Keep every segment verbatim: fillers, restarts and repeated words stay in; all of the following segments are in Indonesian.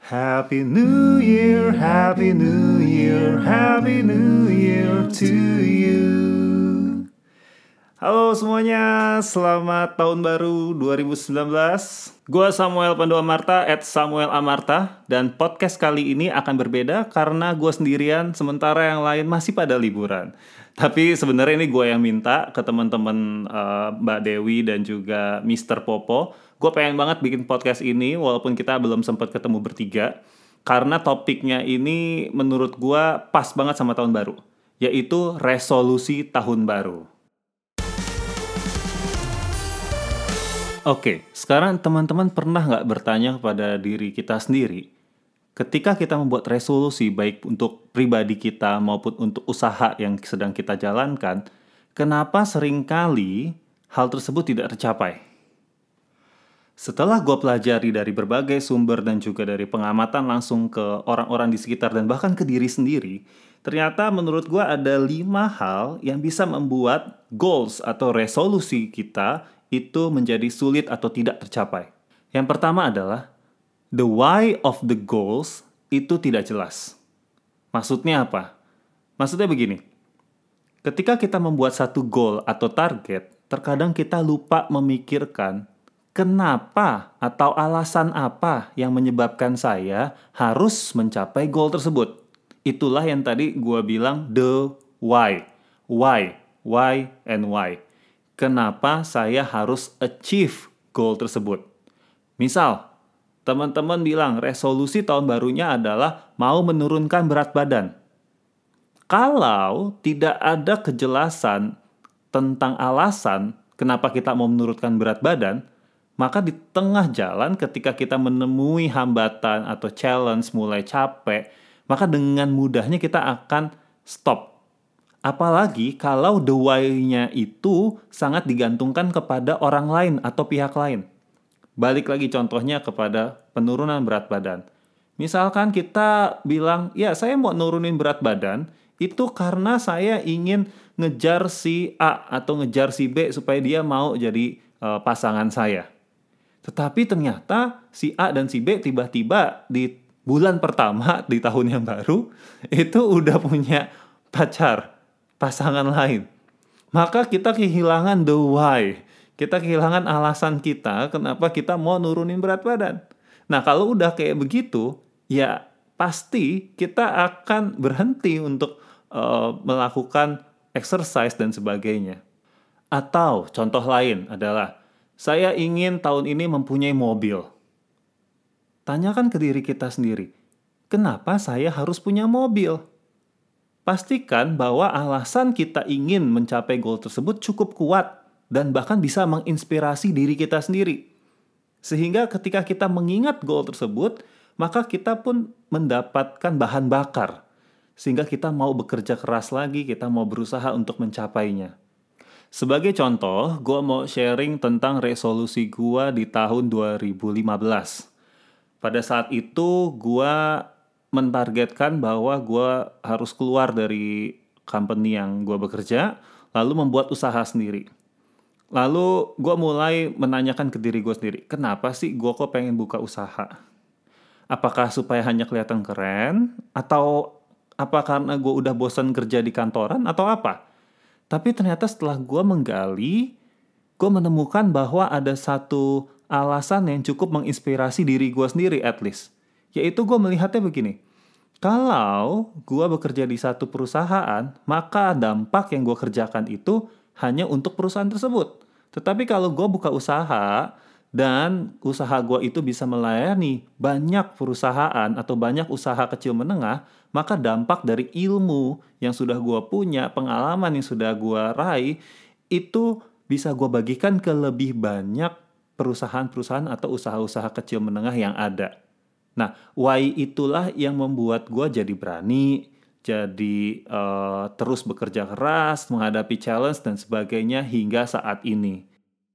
Happy New Year, Happy New Year, Happy New Year to you. Halo semuanya, selamat tahun baru dua ribu sembilan belas. Gua Samuel Pandu Amarta at Samuel Amarta. Dan podcast kali ini akan berbeda karena gue sendirian sementara yang lain masih pada liburan. Tapi sebenarnya ini gue yang minta ke teman-teman uh, Mbak Dewi dan juga mister Popo. Gue pengen banget bikin podcast ini walaupun kita belum sempat ketemu bertiga. Karena topiknya ini menurut gue pas banget sama tahun baru. Yaitu resolusi tahun baru. Oke, sekarang teman-teman pernah nggak bertanya kepada diri kita sendiri, ketika kita membuat resolusi baik untuk pribadi kita maupun untuk usaha yang sedang kita jalankan, kenapa seringkali hal tersebut tidak tercapai? Setelah gue pelajari dari berbagai sumber dan juga dari pengamatan langsung ke orang-orang di sekitar dan bahkan ke diri sendiri, ternyata menurut gue ada lima hal yang bisa membuat goals atau resolusi kita itu menjadi sulit atau tidak tercapai. Yang pertama adalah the why of the goals itu tidak jelas. Maksudnya apa? Maksudnya begini. Ketika kita membuat satu goal atau target, terkadang kita lupa memikirkan kenapa atau alasan apa yang menyebabkan saya harus mencapai goal tersebut. Itulah yang tadi gue bilang the why. Why, why, and why. Kenapa saya harus achieve goal tersebut? Misal, teman-teman bilang resolusi tahun barunya adalah mau menurunkan berat badan. Kalau tidak ada kejelasan tentang alasan kenapa kita mau menurunkan berat badan, maka di tengah jalan ketika kita menemui hambatan atau challenge mulai capek, maka dengan mudahnya kita akan stop. Apalagi kalau the why-nya itu sangat digantungkan kepada orang lain atau pihak lain. Balik lagi contohnya kepada penurunan berat badan. Misalkan kita bilang, ya saya mau nurunin berat badan, itu karena saya ingin ngejar si A atau ngejar si B supaya dia mau jadi uh, pasangan saya. Tetapi ternyata si A dan si B tiba-tiba di bulan pertama di tahun yang baru, itu udah punya pacar. Pasangan lain. Maka kita kehilangan the why. Kita kehilangan alasan kita kenapa kita mau nurunin berat badan. Nah, kalau udah kayak begitu, ya pasti kita akan berhenti untuk uh, melakukan exercise dan sebagainya. Atau contoh lain adalah saya ingin tahun ini mempunyai mobil. Tanyakan ke diri kita sendiri, kenapa saya harus punya mobil? Pastikan bahwa alasan kita ingin mencapai goal tersebut cukup kuat dan bahkan bisa menginspirasi diri kita sendiri. Sehingga ketika kita mengingat goal tersebut, maka kita pun mendapatkan bahan bakar. Sehingga kita mau bekerja keras lagi, kita mau berusaha untuk mencapainya. Sebagai contoh, gue mau sharing tentang resolusi gue di tahun dua ribu lima belas. Pada saat itu, gue mentargetkan bahwa gue harus keluar dari company yang gue bekerja, lalu membuat usaha sendiri. Lalu gue mulai menanyakan ke diri gue sendiri, kenapa sih gue kok pengen buka usaha? Apakah supaya hanya kelihatan keren? Atau apa karena gue udah bosan kerja di kantoran? Atau apa? Tapi ternyata setelah gue menggali, gue menemukan bahwa ada satu alasan yang cukup menginspirasi diri gue sendiri at least. Yaitu gue melihatnya begini, kalau gue bekerja di satu perusahaan, maka dampak yang gue kerjakan itu hanya untuk perusahaan tersebut. Tetapi kalau gue buka usaha, dan usaha gue itu bisa melayani banyak perusahaan atau banyak usaha kecil menengah, maka dampak dari ilmu yang sudah gue punya, pengalaman yang sudah gue raih, itu bisa gue bagikan ke lebih banyak perusahaan-perusahaan atau usaha-usaha kecil menengah yang ada. Nah, why itulah yang membuat gue jadi berani, jadi uh, terus bekerja keras, menghadapi challenge dan sebagainya hingga saat ini.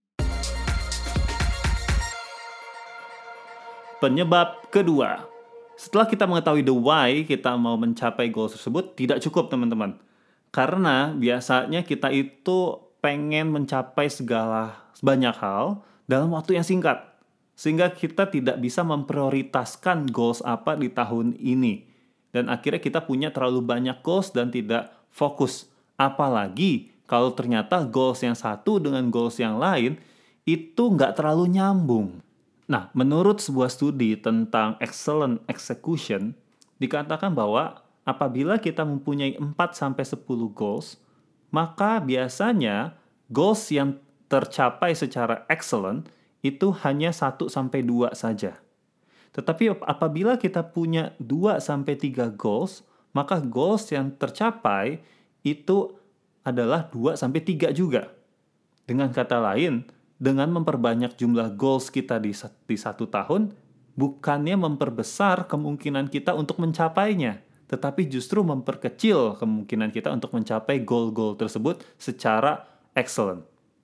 Penyebab kedua, setelah kita mengetahui the why kita mau mencapai goal tersebut, tidak cukup teman-teman. Karena biasanya kita itu pengen mencapai segala banyak hal dalam waktu yang singkat. Sehingga kita tidak bisa memprioritaskan goals apa di tahun ini. Dan akhirnya kita punya terlalu banyak goals dan tidak fokus. Apalagi kalau ternyata goals yang satu dengan goals yang lain itu nggak terlalu nyambung. Nah, menurut sebuah studi tentang excellent execution, dikatakan bahwa apabila kita mempunyai empat sampai sepuluh goals, maka biasanya goals yang tercapai secara excellent itu hanya satu sampai dua saja. Tetapi apabila kita punya dua sampai tiga goals, maka goals yang tercapai itu adalah dua sampai tiga juga. Dengan kata lain, dengan memperbanyak jumlah goals kita di, di satu tahun, bukannya memperbesar kemungkinan kita untuk mencapainya, tetapi justru memperkecil kemungkinan kita untuk mencapai goal-goal tersebut secara excellent.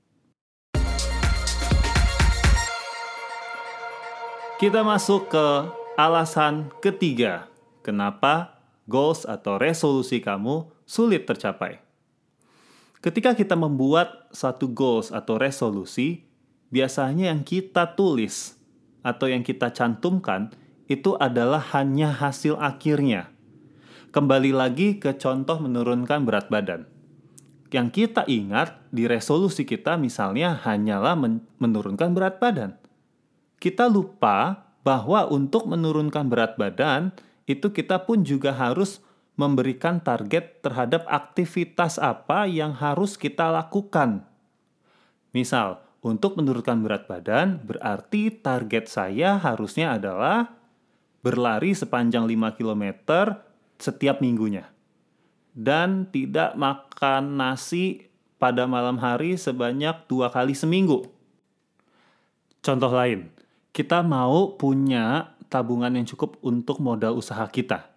Kita masuk ke alasan ketiga, kenapa goals atau resolusi kamu sulit tercapai. Ketika kita membuat satu goals atau resolusi, biasanya yang kita tulis atau yang kita cantumkan itu adalah hanya hasil akhirnya. Kembali lagi ke contoh menurunkan berat badan. Yang kita ingat di resolusi kita misalnya hanyalah men- menurunkan berat badan. Kita lupa bahwa untuk menurunkan berat badan, itu kita pun juga harus memberikan target terhadap aktivitas apa yang harus kita lakukan. Misal, untuk menurunkan berat badan, berarti target saya harusnya adalah berlari sepanjang lima kilometer setiap minggunya. Dan tidak makan nasi pada malam hari sebanyak dua kali seminggu. Contoh lain, kita mau punya tabungan yang cukup untuk modal usaha kita.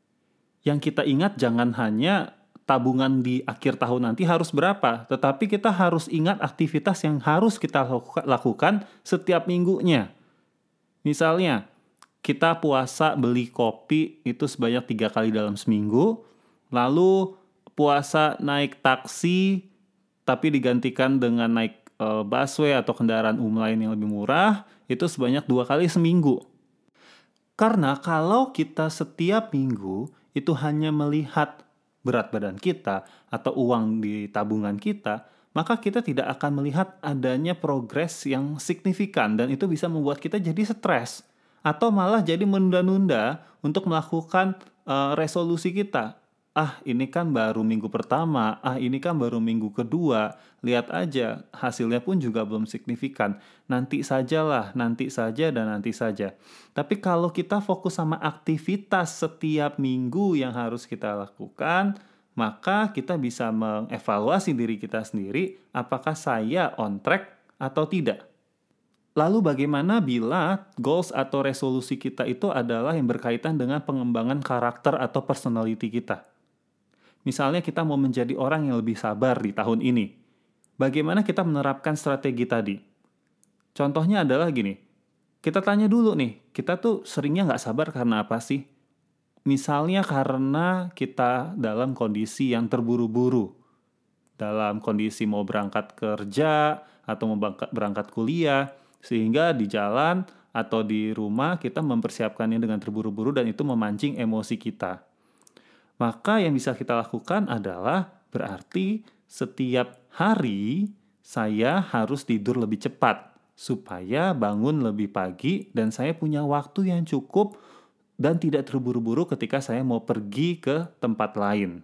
Yang kita ingat jangan hanya tabungan di akhir tahun nanti harus berapa, tetapi kita harus ingat aktivitas yang harus kita lakukan setiap minggunya. Misalnya, kita puasa beli kopi itu sebanyak tiga kali dalam seminggu, lalu puasa naik taksi tapi digantikan dengan naik e, busway atau kendaraan umum lain yang lebih murah, itu sebanyak dua kali seminggu. Karena kalau kita setiap minggu itu hanya melihat berat badan kita atau uang di tabungan kita, maka kita tidak akan melihat adanya progres yang signifikan dan itu bisa membuat kita jadi stres atau malah jadi menunda-nunda untuk melakukan uh, resolusi kita. Ah, ini kan baru minggu pertama, ah ini kan baru minggu kedua, lihat aja hasilnya pun juga belum signifikan. Nanti sajalah, nanti saja dan nanti saja. Tapi kalau kita fokus sama aktivitas setiap minggu yang harus kita lakukan, maka kita bisa mengevaluasi diri kita sendiri apakah saya on track atau tidak. Lalu bagaimana bila goals atau resolusi kita itu adalah yang berkaitan dengan pengembangan karakter atau personality kita? Misalnya kita mau menjadi orang yang lebih sabar di tahun ini. Bagaimana kita menerapkan strategi tadi? Contohnya adalah gini, kita tanya dulu nih, kita tuh seringnya nggak sabar karena apa sih? Misalnya karena kita dalam kondisi yang terburu-buru. Dalam kondisi mau berangkat kerja atau mau berangkat kuliah, sehingga di jalan atau di rumah kita mempersiapkannya dengan terburu-buru dan itu memancing emosi kita. Maka yang bisa kita lakukan adalah berarti setiap hari saya harus tidur lebih cepat supaya bangun lebih pagi dan saya punya waktu yang cukup dan tidak terburu-buru ketika saya mau pergi ke tempat lain.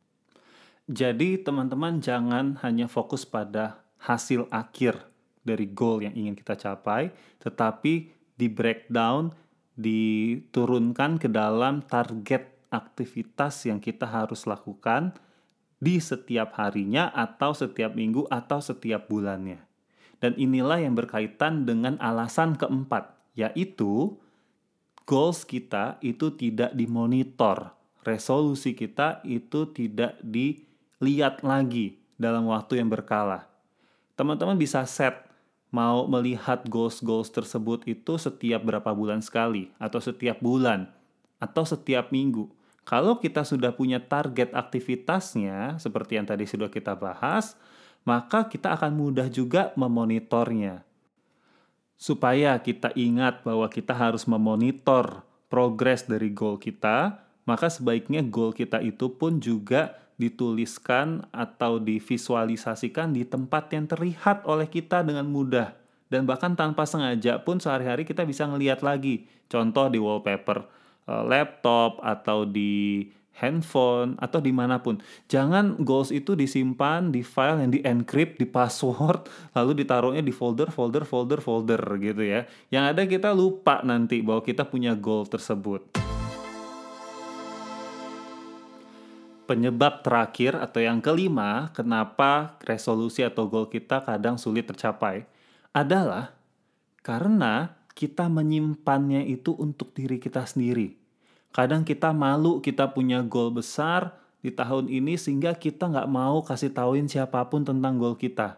Jadi teman-teman jangan hanya fokus pada hasil akhir dari goal yang ingin kita capai, tetapi di breakdown, diturunkan ke dalam target aktivitas yang kita harus lakukan di setiap harinya atau setiap minggu atau setiap bulannya. Dan inilah yang berkaitan dengan alasan keempat, yaitu goals kita itu tidak dimonitor, resolusi kita itu tidak dilihat lagi dalam waktu yang berkala. Teman-teman bisa set mau melihat goals-goals tersebut itu setiap berapa bulan sekali, atau setiap bulan, atau setiap minggu. Kalau kita sudah punya target aktivitasnya, seperti yang tadi sudah kita bahas, maka kita akan mudah juga memonitornya. Supaya kita ingat bahwa kita harus memonitor progres dari goal kita, maka sebaiknya goal kita itu pun juga dituliskan atau divisualisasikan di tempat yang terlihat oleh kita dengan mudah. Dan bahkan tanpa sengaja pun sehari-hari kita bisa ngelihat lagi. Contoh di wallpaper eh, laptop atau di handphone, atau dimanapun. Jangan goals itu disimpan di file yang di-encrypt, di password, lalu ditaruhnya di folder, folder, folder, folder gitu ya. Yang ada kita lupa nanti bahwa kita punya goal tersebut. Penyebab terakhir atau yang kelima, kenapa resolusi atau goal kita kadang sulit tercapai, adalah karena kita menyimpannya itu untuk diri kita sendiri. Kadang kita malu kita punya goal besar di tahun ini sehingga kita nggak mau kasih tauin siapapun tentang goal kita.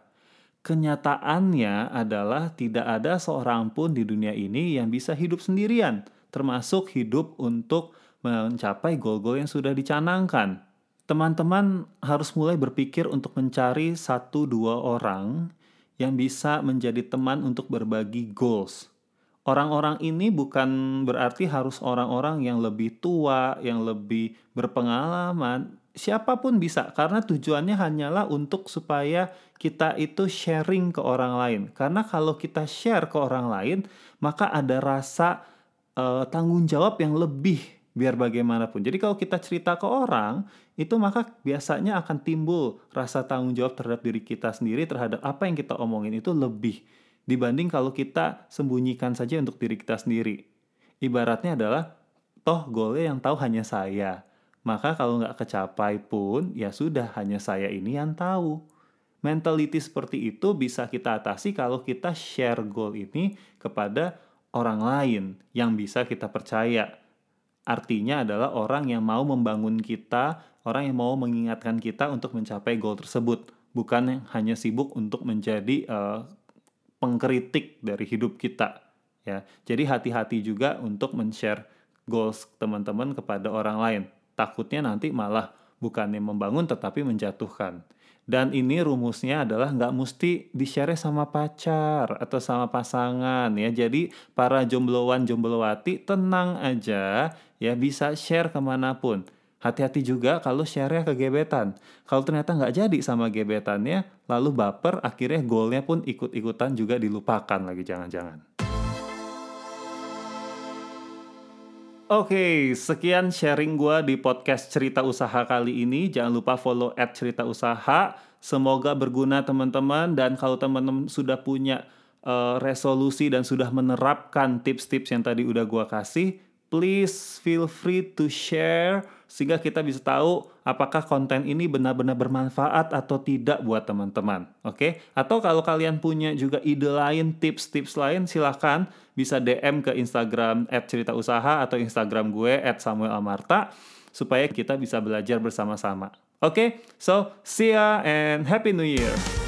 Kenyataannya adalah tidak ada seorang pun di dunia ini yang bisa hidup sendirian, termasuk hidup untuk mencapai goal-goal yang sudah dicanangkan. Teman-teman harus mulai berpikir untuk mencari satu dua orang yang bisa menjadi teman untuk berbagi goals. Orang-orang ini bukan berarti harus orang-orang yang lebih tua, yang lebih berpengalaman. Siapapun bisa, karena tujuannya hanyalah untuk supaya kita itu sharing ke orang lain. Karena kalau kita share ke orang lain, maka ada rasa uh, tanggung jawab yang lebih biar bagaimanapun. Jadi kalau kita cerita ke orang, itu maka biasanya akan timbul rasa tanggung jawab terhadap diri kita sendiri, terhadap apa yang kita omongin itu lebih dibanding kalau kita sembunyikan saja untuk diri kita sendiri. Ibaratnya adalah, toh goalnya yang tahu hanya saya. Maka kalau nggak kecapai pun, ya sudah, hanya saya ini yang tahu. Mentality seperti itu bisa kita atasi kalau kita share goal ini kepada orang lain yang bisa kita percaya. Artinya adalah orang yang mau membangun kita, orang yang mau mengingatkan kita untuk mencapai goal tersebut. Bukan yang hanya sibuk untuk menjadi uh, pengkritik dari hidup kita, ya. Jadi hati-hati juga untuk men-share goals teman-teman kepada orang lain. Takutnya nanti malah bukannya membangun tetapi menjatuhkan. Dan ini rumusnya adalah nggak mesti di-share sama pacar atau sama pasangan, ya. Jadi para jombloan jomblowati tenang aja, ya, bisa share kemanapun. Hati-hati juga kalau share-nya ke gebetan. Kalau ternyata nggak jadi sama gebetannya, lalu baper, akhirnya goalnya pun ikut-ikutan juga dilupakan lagi, jangan-jangan. Oke, sekian sharing gue di podcast Cerita Usaha kali ini. Jangan lupa follow at Cerita Usaha. Semoga berguna teman-teman. Dan kalau teman-teman sudah punya uh, resolusi dan sudah menerapkan tips-tips yang tadi udah gue kasih, please feel free to share sehingga kita bisa tahu apakah konten ini benar-benar bermanfaat atau tidak buat teman-teman. Oke? Atau kalau kalian punya juga ide lain, tips-tips lain, silakan bisa D M ke Instagram at cerita usaha atau Instagram gue at samuel amarta supaya kita bisa belajar bersama-sama. Oke? So, see ya and Happy New Year!